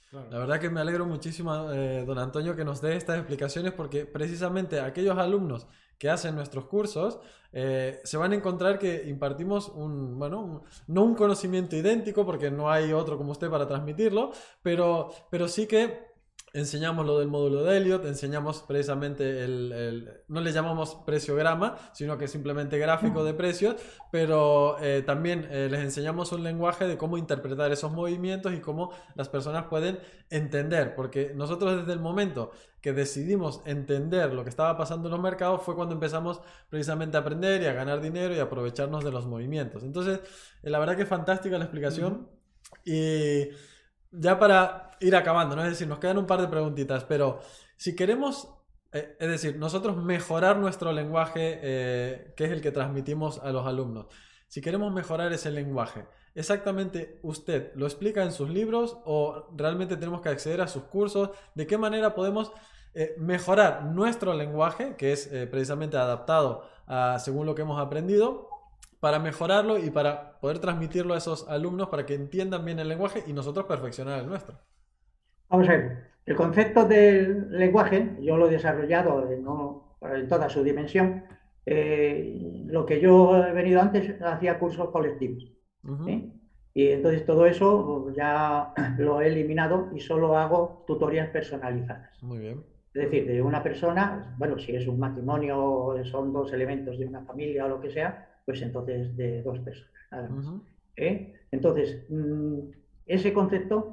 Claro. La verdad que me alegro muchísimo, don Antonio, que nos dé estas explicaciones porque precisamente aquellos alumnos que hacen nuestros cursos se van a encontrar que impartimos no un conocimiento idéntico porque no hay otro como usted para transmitirlo, pero sí que enseñamos lo del módulo de Elliot, enseñamos precisamente no le llamamos preciograma, sino que simplemente gráfico de precios, pero también les enseñamos un lenguaje de cómo interpretar esos movimientos y cómo las personas pueden entender, porque nosotros desde el momento que decidimos entender lo que estaba pasando en los mercados fue cuando empezamos precisamente a aprender y a ganar dinero y a aprovecharnos de los movimientos. Entonces, la verdad que es fantástica la explicación. Y ya para ir acabando, ¿no? Es decir, nos quedan un par de preguntitas, pero si queremos, es decir, nosotros mejorar nuestro lenguaje, que es el que transmitimos a los alumnos, si queremos mejorar ese lenguaje, ¿exactamente usted lo explica en sus libros o realmente tenemos que acceder a sus cursos? ¿De qué manera podemos mejorar nuestro lenguaje, que es precisamente adaptado según lo que hemos aprendido, para mejorarlo y para poder transmitirlo a esos alumnos para que entiendan bien el lenguaje y nosotros perfeccionar el nuestro? Vamos a ver, el concepto del lenguaje, yo lo he desarrollado en toda su dimensión. Lo que yo he venido antes, hacía cursos colectivos. ¿Sí? Y entonces todo eso ya lo he eliminado y solo hago tutorías personalizadas. Muy bien. Es decir, de una persona, bueno, si es un matrimonio, son dos elementos de una familia o lo que sea, pues entonces de dos personas, nada más. Entonces, ese concepto,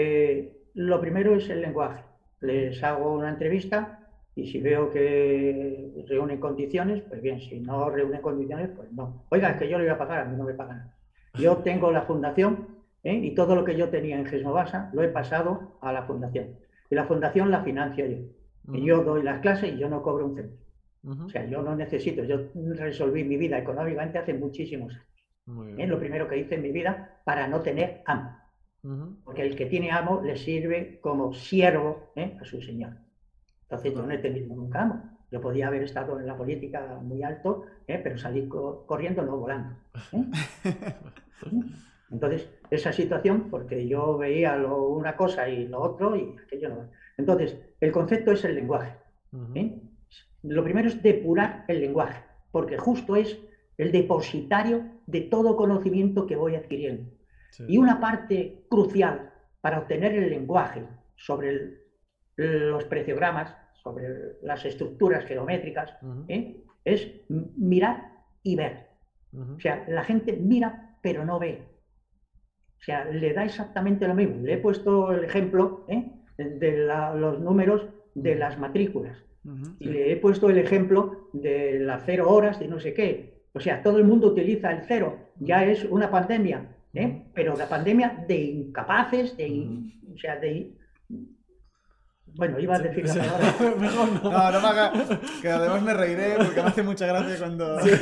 lo primero es el lenguaje. Les hago una entrevista y si veo que reúnen condiciones, pues bien, si no reúnen condiciones, pues no. Oiga, es que yo le voy a pagar, a mí no me pagan. Yo tengo la fundación y todo lo que yo tenía en Gesmovasa lo he pasado a la fundación. Y la fundación la financio yo. Y yo doy las clases y yo no cobro un céntimo. O sea, yo no necesito, yo resolví mi vida económicamente hace muchísimos años. Es lo primero que hice en mi vida para no tener amo. Porque el que tiene amo le sirve como siervo a su señor. Entonces yo no he tenido nunca amo. Yo podía haber estado en la política muy alto, pero salí corriendo, no volando. Entonces, esa situación, porque yo veía una cosa y lo otro, y aquello no. Entonces, el concepto es el lenguaje. Lo primero es depurar el lenguaje, porque justo es el depositario de todo conocimiento que voy adquiriendo. Sí. Y una parte crucial para obtener el lenguaje sobre los preciogramas, sobre las estructuras geométricas, es mirar y ver. O sea, la gente mira pero no ve. O sea, le da exactamente lo mismo. Le he puesto el ejemplo de los números de las matrículas. Y le he puesto el ejemplo de las 0 horas de no sé qué. O sea, todo el mundo utiliza el 0. Ya es una pandemia. Pero la pandemia de incapaces, o sea, bueno, iba a decir la palabra. Mejor no. No me haga. Que además me reiré porque me hace mucha gracia cuando. Sí.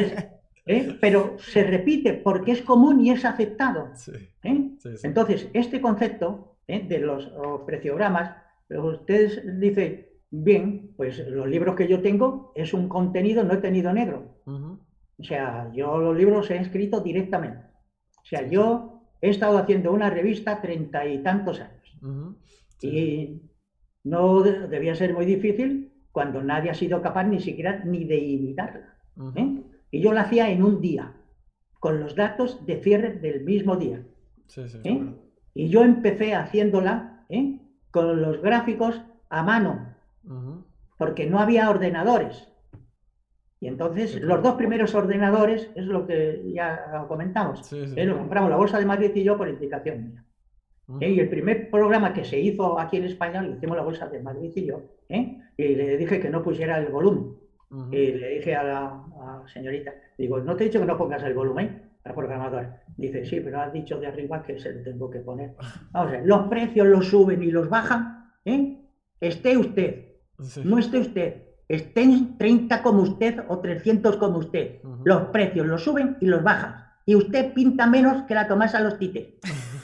Pero se repite porque es común y es aceptado. Sí. Entonces, este concepto de los preciogramas, ustedes dicen, bien, pues los libros que yo tengo es un contenido, no he tenido negro. O sea, yo los libros he escrito directamente. O sea, yo he estado haciendo una revista 30 y tantos años. Y no debía ser muy difícil cuando nadie ha sido capaz ni siquiera ni de imitarla. Y yo la hacía en un día, con los datos de cierre del mismo día. Bueno. Y yo empecé haciéndola con los gráficos a mano, porque no había ordenadores. Y entonces los dos primeros ordenadores, es lo que ya comentamos, lo compramos la Bolsa de Madrid y yo por indicación mía. Y el primer programa que se hizo aquí en España lo hicimos la Bolsa de Madrid y yo, y le dije que no pusiera el volumen. Y le dije a la señorita, digo, ¿no te he dicho que no pongas el volumen? La programadora dice, sí, pero has dicho de arriba que se lo tengo que poner. Vamos a ver, los precios los suben y los bajan, esté usted, no esté usted, estén 30 como usted o 300 como usted. Los precios los suben y los bajan. Y usted pinta menos que la Tomasa los Tites.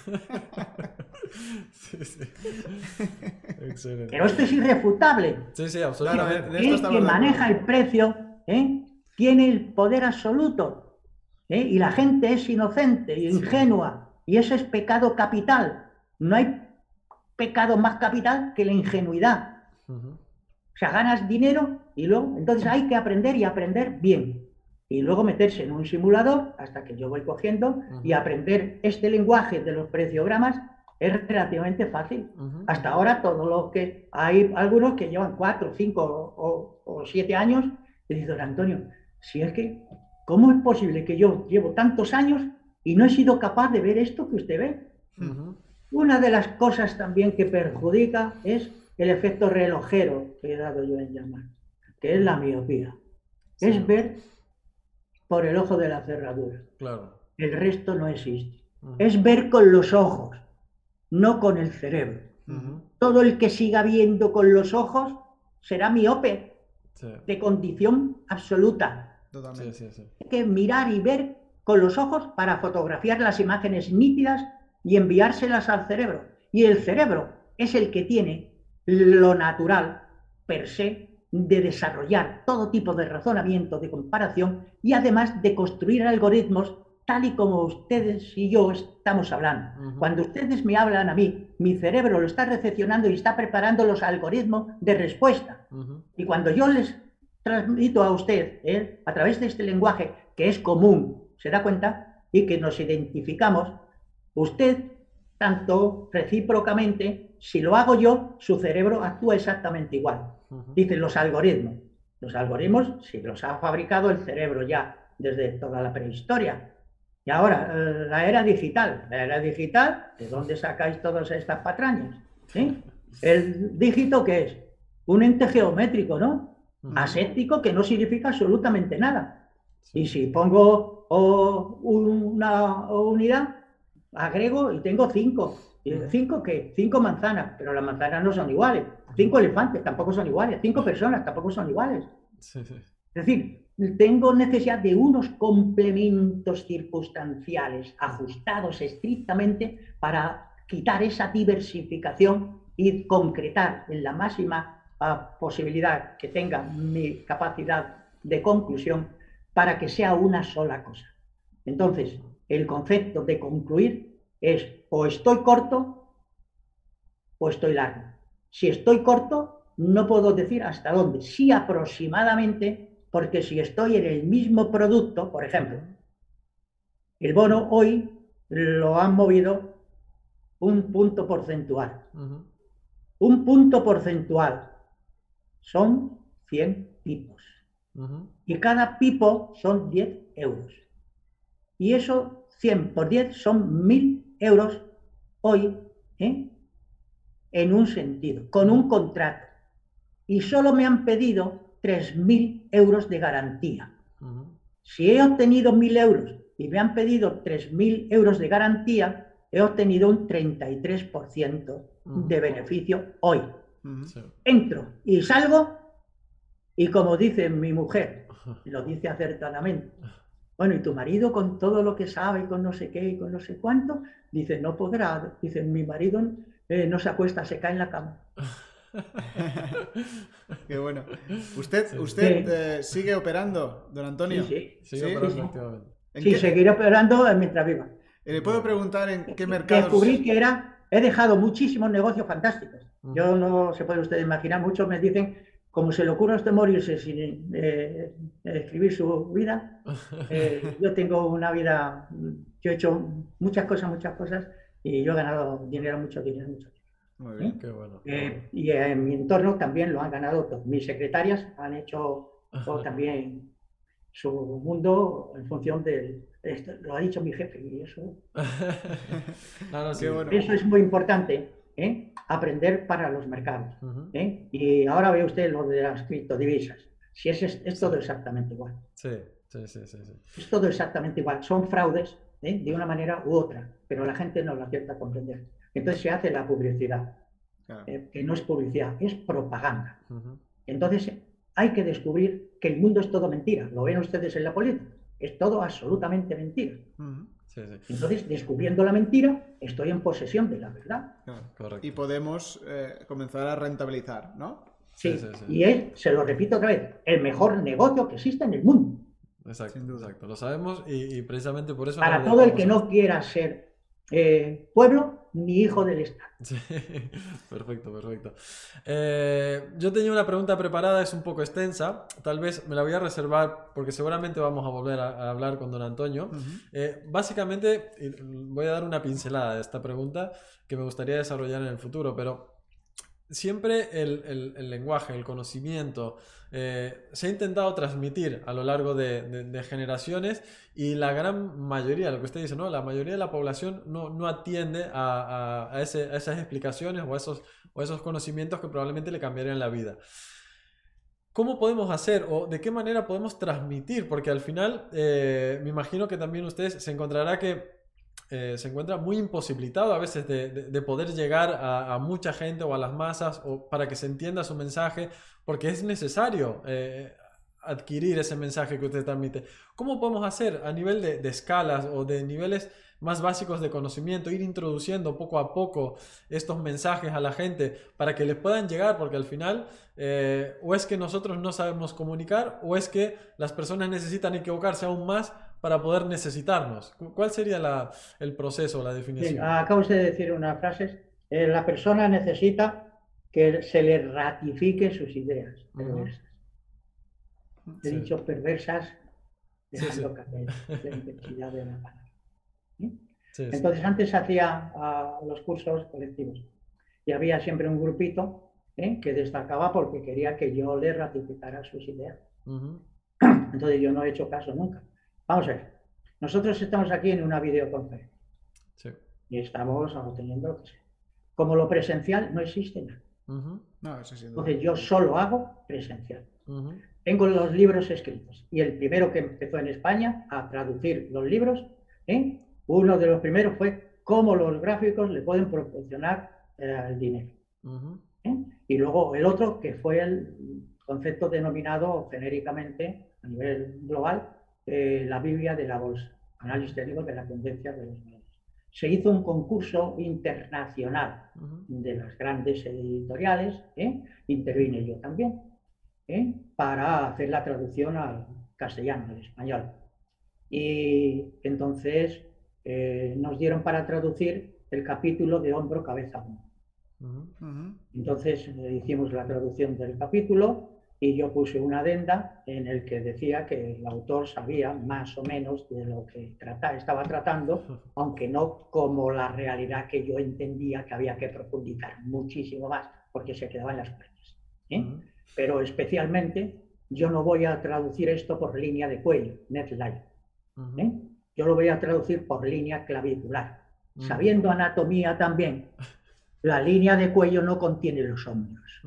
Excelente. Pero esto es irrefutable. Sí, absolutamente. El que maneja el precio tiene el poder absoluto. Y la gente es inocente e ingenua. Y eso es pecado capital. No hay pecado más capital que la ingenuidad. O sea, ganas dinero y luego, entonces hay que aprender y aprender bien. Y luego meterse en un simulador, hasta que yo voy cogiendo, y aprender este lenguaje de los preciogramas es relativamente fácil. Hasta ahora, todo lo que hay algunos que llevan 4, 5 o 7 años, y dice, don Antonio, si es que, ¿cómo es posible que yo llevo tantos años y no he sido capaz de ver esto que usted ve? Una de las cosas también que perjudica es el efecto relojero que he dado yo en llamar, que es la miopía. Sí. Es ver por el ojo de la cerradura. Claro. El resto no existe. Es ver con los ojos, no con el cerebro. Todo el que siga viendo con los ojos será miope, de condición absoluta. Totalmente. Hay que mirar y ver con los ojos para fotografiar las imágenes nítidas y enviárselas al cerebro. Y el cerebro es el que tiene lo natural, per se, de desarrollar todo tipo de razonamiento, de comparación y además de construir algoritmos tal y como ustedes y yo estamos hablando. Cuando ustedes me hablan a mí, mi cerebro lo está recepcionando y está preparando los algoritmos de respuesta. Y cuando yo les transmito a usted, a través de este lenguaje que es común, ¿se da cuenta? Y que nos identificamos, usted, tanto recíprocamente, si lo hago yo, su cerebro actúa exactamente igual. Dicen los algoritmos. Los algoritmos, si los ha fabricado el cerebro ya desde toda la prehistoria. Y ahora, la era digital. La era digital, ¿de dónde sacáis todas estas patrañas? ¿Sí? ¿El dígito qué es? Un ente geométrico, ¿no? Aséptico, que no significa absolutamente nada. Y si pongo una unidad, agrego y tengo 5. ¿5 qué? 5 manzanas, pero las manzanas no son iguales. 5 elefantes tampoco son iguales. 5 personas tampoco son iguales. Es decir, tengo necesidad de unos complementos circunstanciales ajustados estrictamente para quitar esa diversificación y concretar en la máxima posibilidad que tenga mi capacidad de conclusión para que sea una sola cosa. Entonces, el concepto de concluir es o estoy corto o estoy largo. Si estoy corto, no puedo decir hasta dónde. Sí, aproximadamente, porque si estoy en el mismo producto, por ejemplo, el bono hoy lo han movido un punto porcentual. Un punto porcentual son 100 pipos. Y cada pipo son 10 euros. Y eso, 100 por 10, son 1.000 euros hoy, en un sentido, con un contrato. Y solo me han pedido 3.000 euros de garantía. Si he obtenido 1.000 euros y me han pedido 3.000 euros de garantía, he obtenido un 33% de beneficio hoy. Entro y salgo y, como dice mi mujer, lo dice acertadamente, bueno, ¿y tu marido con todo lo que sabe y con no sé qué y con no sé cuánto? Dice, no podrá. Dice, mi marido no se acuesta, se cae en la cama. Qué bueno. ¿Usted sigue operando, don Antonio? Sí. Sigue operando activamente. Sí, seguiré operando mientras viva. ¿Le puedo preguntar en qué mercados? Descubrí que he dejado muchísimos negocios fantásticos. Yo no se puede usted imaginar, muchos me dicen, como se le ocurre a usted morirse sin escribir su vida, yo tengo una vida, yo he hecho muchas cosas y yo he ganado dinero, mucho dinero. Muy bien, qué bueno. Y en mi entorno también lo han ganado todos. Mis secretarias han hecho también su mundo en función de esto, lo ha dicho mi jefe y eso. Sí. Bueno. Eso es muy importante, aprender para los mercados. Y ahora ve usted lo de las criptodivisas. Si es todo exactamente igual. Sí. Es todo exactamente igual. Son fraudes de una manera u otra, pero la gente no lo acierta a comprender. Entonces se hace la publicidad, claro. Que no es publicidad, es propaganda. Entonces hay que descubrir que el mundo es todo mentira. Lo ven ustedes en la política. Es todo absolutamente mentira. Sí. Entonces, descubriendo la mentira, estoy en posesión de la verdad. Correcto. Y podemos comenzar a rentabilizar, ¿no? Sí. Y se lo repito otra vez, el mejor negocio que existe en el mundo. Exacto. Lo sabemos y precisamente por eso... Para todo el que no quiera ser pueblo, ni hijo del Estado. Sí, perfecto, perfecto. Yo tenía una pregunta preparada, es un poco extensa, tal vez me la voy a reservar porque seguramente vamos a volver a hablar con don Antonio. Básicamente, voy a dar una pincelada de esta pregunta que me gustaría desarrollar en el futuro, pero siempre el lenguaje, el conocimiento, se ha intentado transmitir a lo largo de generaciones y la gran mayoría, lo que usted dice, ¿no? La mayoría de la población no atiende a esas explicaciones o a esos conocimientos que probablemente le cambiarían la vida. ¿Cómo podemos hacer o de qué manera podemos transmitir? Porque al final me imagino que también usted se encontrará que se encuentra muy imposibilitado a veces de poder llegar a mucha gente o a las masas o para que se entienda su mensaje, porque es necesario adquirir ese mensaje que usted transmite. ¿Cómo podemos hacer a nivel de escalas o de niveles más básicos de conocimiento, ir introduciendo poco a poco estos mensajes a la gente para que les puedan llegar? Porque al final o es que nosotros no sabemos comunicar o es que las personas necesitan equivocarse aún más para poder necesitarnos. ¿Cuál sería el proceso, la definición? Bien, acabo de decir una frase. La persona necesita que se le ratifique sus ideas perversas. He dicho perversas, dejando caer la intensidad de la palabra. Entonces, antes hacía los cursos colectivos y había siempre un grupito que destacaba porque quería que yo le ratificara sus ideas. Entonces, yo no he hecho caso nunca. Vamos a ver, nosotros estamos aquí en una videoconferencia y estamos obteniendo lo que sea. Como lo presencial no existe nada. No, eso sí, entonces yo solo hago presencial. Tengo los libros escritos y el primero que empezó en España a traducir los libros, uno de los primeros fue cómo los gráficos le pueden proporcionar el dinero. Y luego el otro que fue el concepto denominado genéricamente a nivel global la Biblia de la bolsa, análisis técnico de la tendencia de los valores. Se hizo un concurso internacional de las grandes editoriales, intervine yo también, para hacer la traducción al castellano, al español. Y entonces nos dieron para traducir el capítulo de hombro, cabeza, hombro. Entonces hicimos la traducción del capítulo y yo puse una adenda en el que decía que el autor sabía más o menos de lo que estaba tratando, aunque no como la realidad que yo entendía que había que profundizar muchísimo más, porque se quedaba en las puertas. Pero especialmente yo no voy a traducir esto por línea de cuello, neckline. Yo lo voy a traducir por línea clavicular, sabiendo anatomía también. La línea de cuello no contiene los hombros.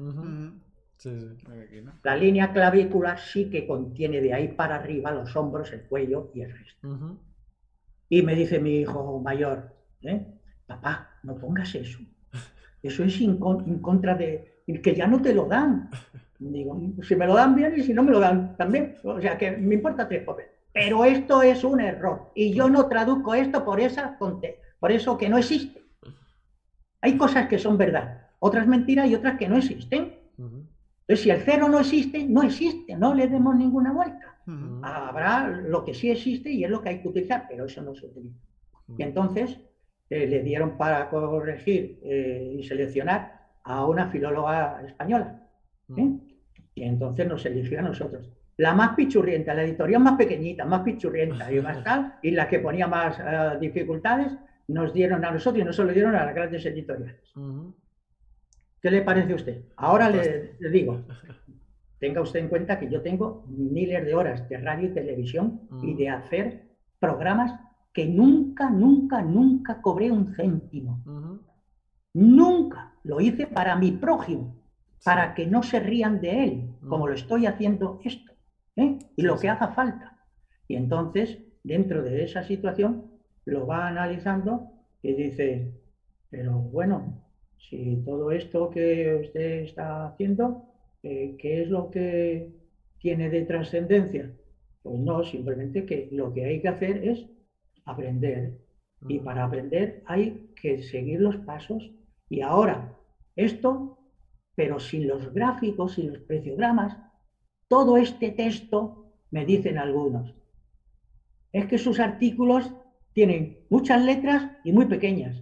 La línea clavícula sí que contiene de ahí para arriba los hombros, el cuello y el resto. Y me dice mi hijo mayor, papá, no pongas eso. Eso es en contra de... que ya no te lo dan. Digo, si me lo dan bien y si no me lo dan también. O sea, que me importa tres papeles. Pero esto es un error. Y yo no traduzco esto por eso que no existe. Hay cosas que son verdad, otras mentiras y otras que no existen. Entonces, si el cero no existe, no existe, no le demos ninguna vuelta. Habrá lo que sí existe y es lo que hay que utilizar, pero eso no se utiliza. Y entonces le dieron para corregir y seleccionar a una filóloga española. Y entonces nos eligió a nosotros. La más pichurrienta, la editorial más pequeñita, más pichurrienta y más tal, y la que ponía más dificultades, nos dieron a nosotros y no se lo dieron a las grandes editoriales. ¿Qué le parece a usted? Ahora le digo, tenga usted en cuenta que yo tengo miles de horas de radio y televisión y de hacer programas que nunca, nunca, nunca cobré un céntimo. Nunca. Lo hice para mi prójimo, para que no se rían de él, como lo estoy haciendo esto, y lo que haga falta. Y entonces, dentro de esa situación, lo va analizando y dice, pero bueno, si todo esto que usted está haciendo, ¿qué es lo que tiene de trascendencia? Pues no, simplemente que lo que hay que hacer es aprender. Y para aprender hay que seguir los pasos. Y ahora, esto, pero sin los gráficos, sin los preciogramas, todo este texto, me dicen algunos, es que sus artículos tienen muchas letras y muy pequeñas.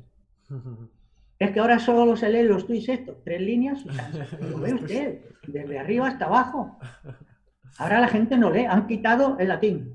Es que ahora solo se leen los tweets estos, 3 líneas, y lo ve usted, desde arriba hasta abajo. Ahora la gente no lee, han quitado el latín,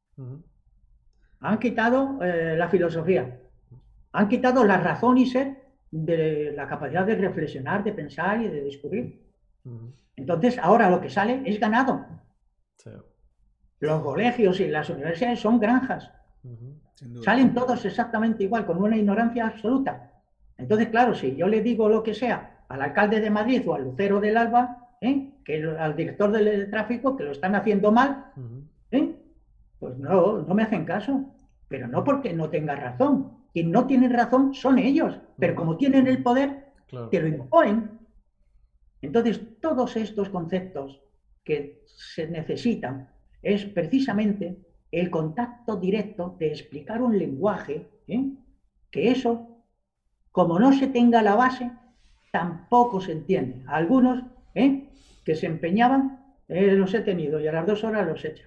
han quitado la filosofía, han quitado la razón y ser de la capacidad de reflexionar, de pensar y de descubrir. Entonces ahora lo que sale es ganado. Sí. Los colegios y las universidades son granjas. Salen todos exactamente igual, con una ignorancia absoluta. Entonces, claro, si yo le digo lo que sea al alcalde de Madrid o al Lucero del Alba, al director del tráfico, que lo están haciendo mal, pues no me hacen caso. Pero no porque no tenga razón. Quien no tiene razón son ellos. Pero como tienen el poder, claro, te lo imponen. Entonces, todos estos conceptos que se necesitan es precisamente el contacto directo de explicar un lenguaje, que eso, como no se tenga la base, tampoco se entiende. Algunos que se empeñaban, los he tenido y a las 2 horas los he hecho.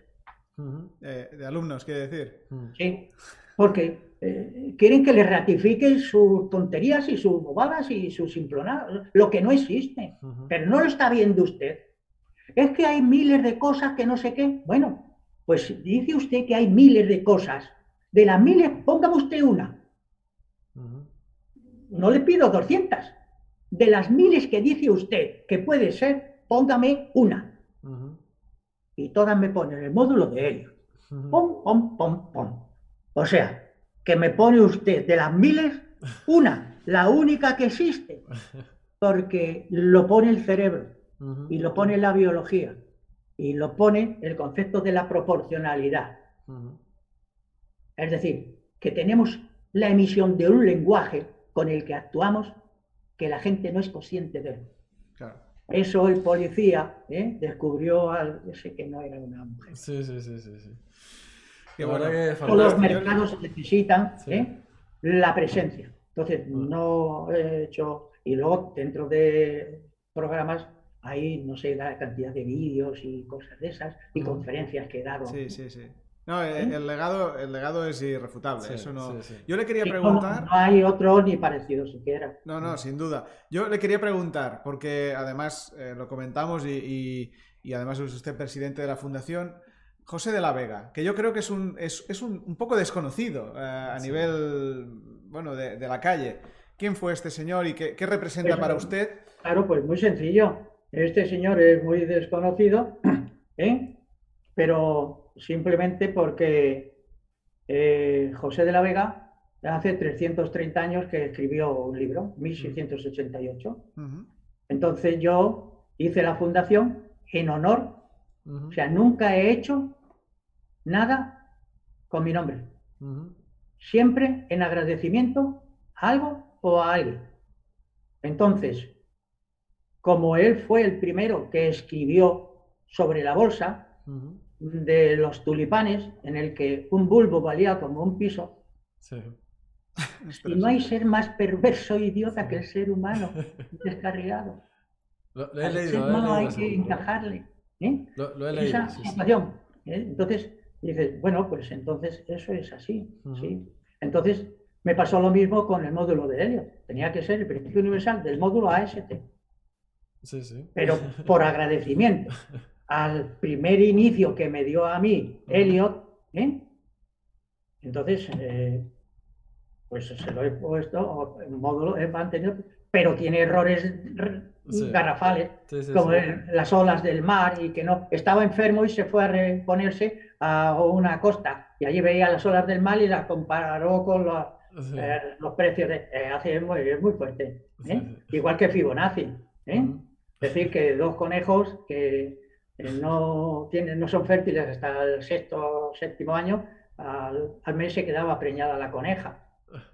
De alumnos, quiere decir. Sí, porque quieren que les ratifiquen sus tonterías y sus bobadas y sus simplonadas, lo que no existe. Pero no lo está viendo usted. Es que hay miles de cosas que no sé qué. Bueno, pues dice usted que hay miles de cosas. De las miles, póngame usted una. No le pido 200. De las miles que dice usted que puede ser, póngame una. Y todas me ponen el módulo de Elliot. Pom, pom, pom, pom. O sea, que me pone usted de las miles una, la única que existe. Porque lo pone el cerebro. Y lo pone la biología, y lo pone el concepto de la proporcionalidad. Es decir, que tenemos la emisión de un lenguaje con el que actuamos que la gente no es consciente de él. Claro. Eso el policía descubrió al ese que no era una mujer. Sí. Que bueno, todos los mercados necesitan la presencia. Entonces, no he hecho... Y luego, dentro de programas, hay, no sé, la cantidad de vídeos y cosas de esas, y conferencias que he dado. Sí. No, el legado es irrefutable. Eso no... Yo le quería preguntar... No hay otro ni parecido siquiera. No, sin duda. Yo le quería preguntar, porque además lo comentamos y además es usted presidente de la Fundación, José de la Vega, que yo creo que es un poco desconocido a nivel, bueno, de la calle. ¿Quién fue este señor y qué representa para usted? Claro, pues muy sencillo. Este señor es muy desconocido, pero simplemente porque José de la Vega hace 330 años que escribió un libro, 1688. Entonces yo hice la fundación en honor, o sea, nunca he hecho nada con mi nombre. Siempre en agradecimiento a algo o a alguien. Entonces, como él fue el primero que escribió sobre la bolsa de los tulipanes, en el que un bulbo valía como un piso, y no hay ser más perverso e idiota que el ser humano descarriado. Lo he leído. No hay que encajarle lo he leído, esa situación. Entonces dices, bueno, pues entonces eso es así. ¿sí? Entonces me pasó lo mismo con el módulo de Elliot. Tenía que ser el principio universal del módulo AST. Pero por agradecimiento al primer inicio que me dio a mí Elliot, entonces pues se lo he puesto, el módulo he mantenido, pero tiene errores garrafales, como las olas del mar, y que no, estaba enfermo y se fue a reponerse a una costa, y allí veía las olas del mar y las comparó con los precios es muy fuerte, igual que Fibonacci, es decir, que 2 conejos que no son fértiles hasta el 6º o 7º año, al mes se quedaba preñada la coneja.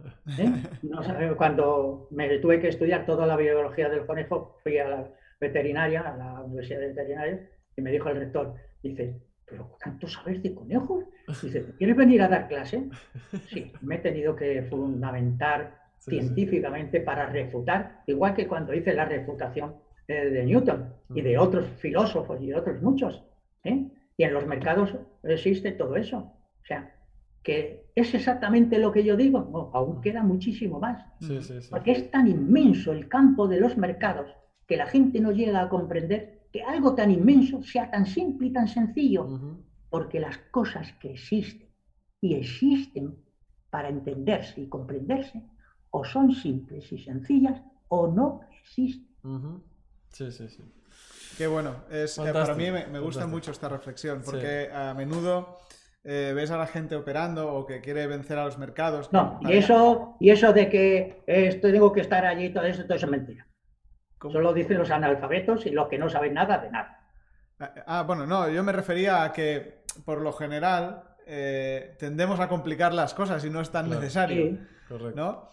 Cuando me tuve que estudiar toda la biología del conejo, fui a la veterinaria, a la Universidad de Veterinaria, y me dijo el rector, dice, ¿pero tanto sabes de conejos? Dice, ¿quieres venir a dar clase? Sí, me he tenido que fundamentar científicamente para refutar, igual que cuando hice la refutación de Newton y de otros filósofos y de otros muchos. Y en los mercados existe todo eso. O sea, que es exactamente lo que yo digo, no, aún queda muchísimo más. Sí, sí, sí. Porque es tan inmenso el campo de los mercados que la gente no llega a comprender que algo tan inmenso sea tan simple y tan sencillo. Porque las cosas que existen y existen para entenderse y comprenderse o son simples y sencillas o no existen. Sí, sí, sí. Qué bueno. Para mí me gusta mucho esta reflexión porque a menudo ves a la gente operando o que quiere vencer a los mercados. No, y eso de que tengo que estar allí, todo eso es mentira. ¿Cómo? Solo dicen los analfabetos y los que no saben nada de nada. Bueno, no, yo me refería a que por lo general tendemos a complicar las cosas y no es tan necesario. Sí. Correcto. ¿No?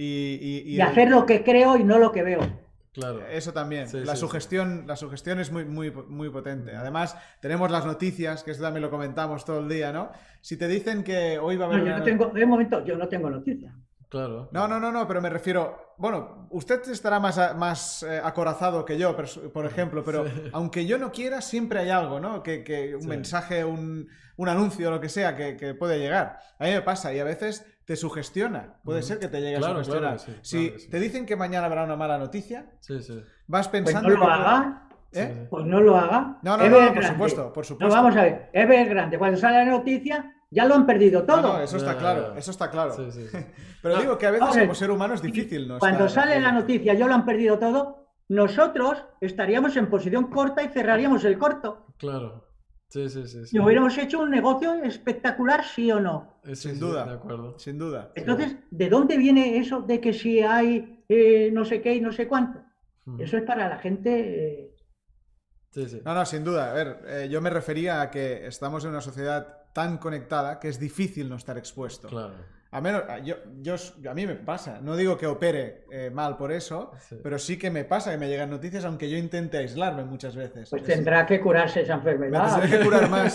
Y hacer lo que creo y no lo que veo. Claro. Eso también. Sí, la sugestión es muy potente. Además, tenemos las noticias, que eso también lo comentamos todo el día, ¿no? Si te dicen que hoy va a haber de momento yo no tengo noticias. Claro. No, pero me refiero... Bueno, usted estará más acorazado que yo, por ejemplo, pero aunque yo no quiera, siempre hay algo, ¿no? Que un mensaje, un anuncio, lo que sea, que puede llegar. A mí me pasa y a veces te sugestiona. Puede ser que te llegue a sugestionar. Claro, si te dicen que mañana habrá una mala noticia, vas pensando... Pues no lo haga. Pues no lo haga. No, por supuesto. No, vamos a ver. Evergrande, cuando sale la noticia... Ya lo han perdido todo. No, eso está claro, eso está claro. Sí. Pero digo que a veces como ser humano es difícil. ¿No? Cuando sale la noticia, ya lo han perdido todo, nosotros estaríamos en posición corta y cerraríamos el corto. Claro. Sí. Y hubiéramos hecho un negocio espectacular, ¿sí o no? Sin duda, de acuerdo. Sin duda. Entonces, ¿de dónde viene eso de que si hay no sé qué y no sé cuánto? Eso es para la gente... Sí. No, sin duda. A ver, yo me refería a que estamos en una sociedad tan conectada que es difícil no estar expuesto. Claro. A menos, a mí me pasa. No digo que opere mal por eso, pero sí que me pasa que me llegan noticias, aunque yo intente aislarme muchas veces. Pues tendrá que curarse esa enfermedad. Tendré que curar más.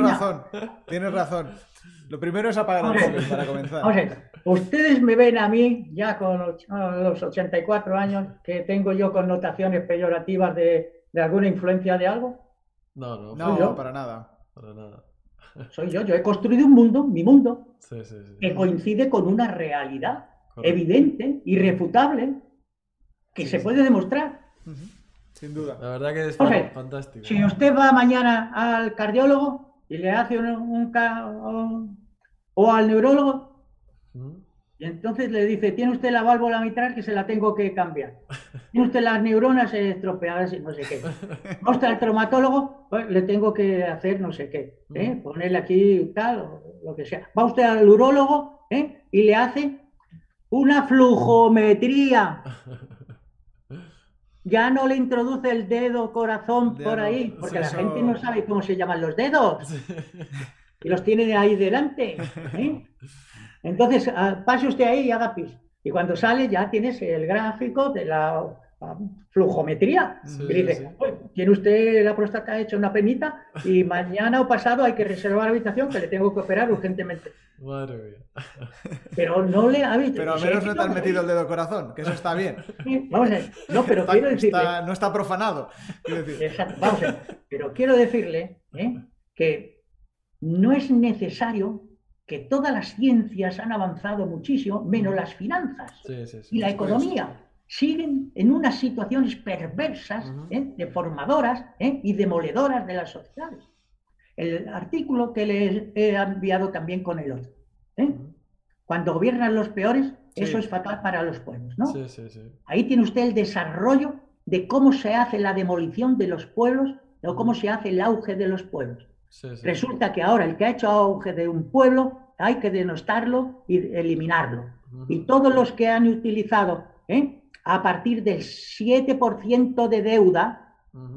Tienes razón. Lo primero es apagar el móvil para comenzar. Vamos a ver. Ustedes me ven a mí, ya con los 84 años, que tengo yo connotaciones peyorativas de alguna influencia de algo. No, para nada. Para nada. Soy yo he construido un mundo, mi mundo, sí. que coincide con una realidad evidente, irrefutable, que se puede demostrar. Sin duda. La verdad que es fantástico. Si usted va mañana al cardiólogo y le hace o al neurólogo, y entonces le dice, tiene usted la válvula mitral que se la tengo que cambiar. Tiene usted las neuronas estropeadas y no sé qué. Va usted al traumatólogo, pues le tengo que hacer no sé qué. Ponerle aquí tal o lo que sea. Va usted al urólogo y le hace una flujometría. Ya no le introduce el dedo corazón por ahí, porque la gente no sabe cómo se llaman los dedos. Y los tiene ahí delante. Entonces, pase usted ahí y haga pis. Y cuando sale ya tienes el gráfico de la flujometría. Y dice, tiene usted la próstata hecha una penita y mañana o pasado hay que reservar la habitación que le tengo que operar urgentemente. Madre mía. Pero no le ha visto. Pero al menos no te has metido el dedo corazón, que eso está bien. Vamos a ver. No, pero quiero decirle... no está profanado. Exacto, vamos a ver. Pero quiero decirle que no es necesario... que todas las ciencias han avanzado muchísimo, menos las finanzas y la economía. Siguen en unas situaciones perversas, deformadoras y demoledoras de las sociedades. El artículo que les he enviado también con el otro. Cuando gobiernan los peores, eso es fatal para los pueblos, ¿no? Ahí tiene usted el desarrollo de cómo se hace la demolición de los pueblos o cómo se hace el auge de los pueblos. Resulta que ahora el que ha hecho auge de un pueblo hay que denostarlo y eliminarlo. Y todos los que han utilizado a partir del 7% de deuda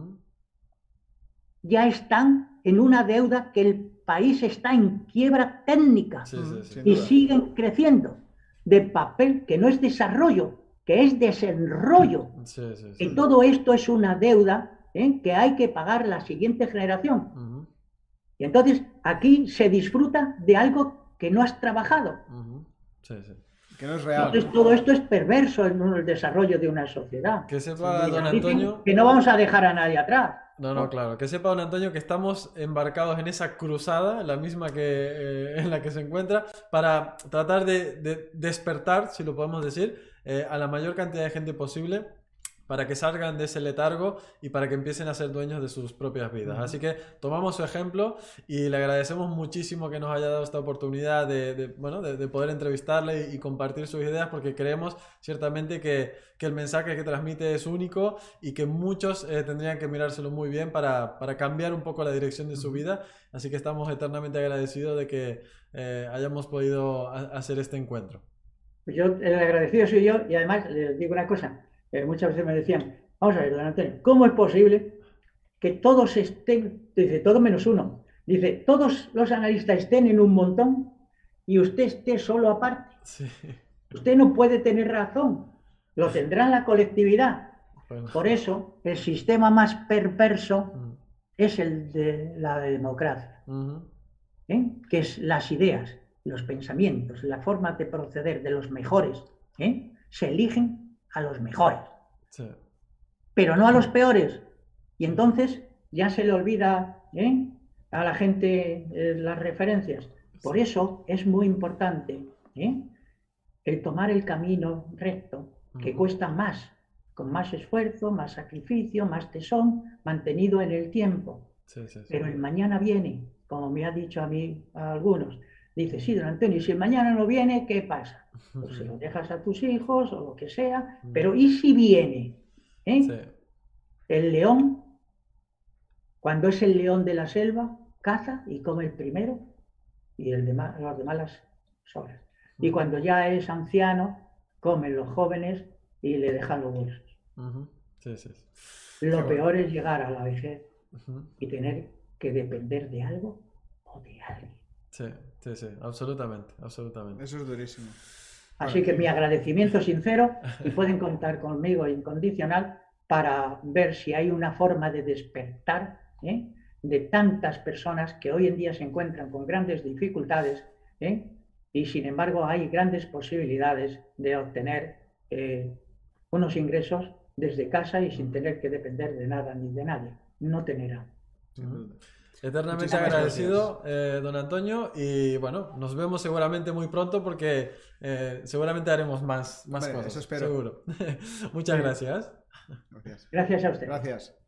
ya están en una deuda que el país está en quiebra técnica y siguen creciendo de papel que no es desarrollo, que es desenrollo. Y todo esto es una deuda que hay que pagar la siguiente generación. Y entonces aquí se disfruta de algo que no has trabajado. Que no es real. Entonces, todo esto es perverso en el desarrollo de una sociedad. Que sepa, don Antonio, que no vamos a dejar a nadie atrás. No, claro. Que sepa, don Antonio, que estamos embarcados en esa cruzada, la misma que en la que se encuentra, para tratar de despertar, si lo podemos decir, a la mayor cantidad de gente posible, para que salgan de ese letargo y para que empiecen a ser dueños de sus propias vidas. Así que tomamos su ejemplo y le agradecemos muchísimo que nos haya dado esta oportunidad de poder entrevistarle y compartir sus ideas, porque creemos ciertamente que el mensaje que transmite es único y que muchos tendrían que mirárselo muy bien para cambiar un poco la dirección de su vida. Así que estamos eternamente agradecidos de que hayamos podido hacer este encuentro. Yo, el agradecido soy yo, y además les digo una cosa. Muchas veces me decían, vamos a ver, don Antonio, ¿cómo es posible que todos estén, dice, todo menos uno, dice, todos los analistas estén en un montón y usted esté solo aparte? Sí. Usted no puede tener razón, lo tendrá en la colectividad. Bueno. Por eso, el sistema más perverso es el de la democracia, que es las ideas, los pensamientos, la forma de proceder de los mejores, se eligen a los mejores, sí, pero no a los peores. Y entonces ya se le olvida a la gente las referencias. Por eso es muy importante el tomar el camino recto, que cuesta más, con más esfuerzo, más sacrificio, más tesón, mantenido en el tiempo. Sí. Pero el mañana viene, como me ha dicho a mí a algunos. Dice, sí, don Antonio, si el mañana no viene, ¿qué pasa? Pues se lo dejas a tus hijos o lo que sea, pero ¿y si viene? Sí. El león, cuando es el león de la selva, caza y come el primero y los demás las sobras. Y cuando ya es anciano, comen los jóvenes y le dejan los huesos. Lo peor es llegar a la vejez y tener que depender de algo o de alguien. Sí, absolutamente. Eso es durísimo. Así que mi agradecimiento sincero, y pueden contar conmigo incondicional para ver si hay una forma de despertar de tantas personas que hoy en día se encuentran con grandes dificultades y sin embargo hay grandes posibilidades de obtener unos ingresos desde casa y sin tener que depender de nada ni de nadie. No tener algo. Eternamente agradecido, don Antonio, y bueno, nos vemos seguramente muy pronto porque seguramente haremos más cosas. Eso espero. Seguro. Muchas gracias. Gracias a usted. Gracias.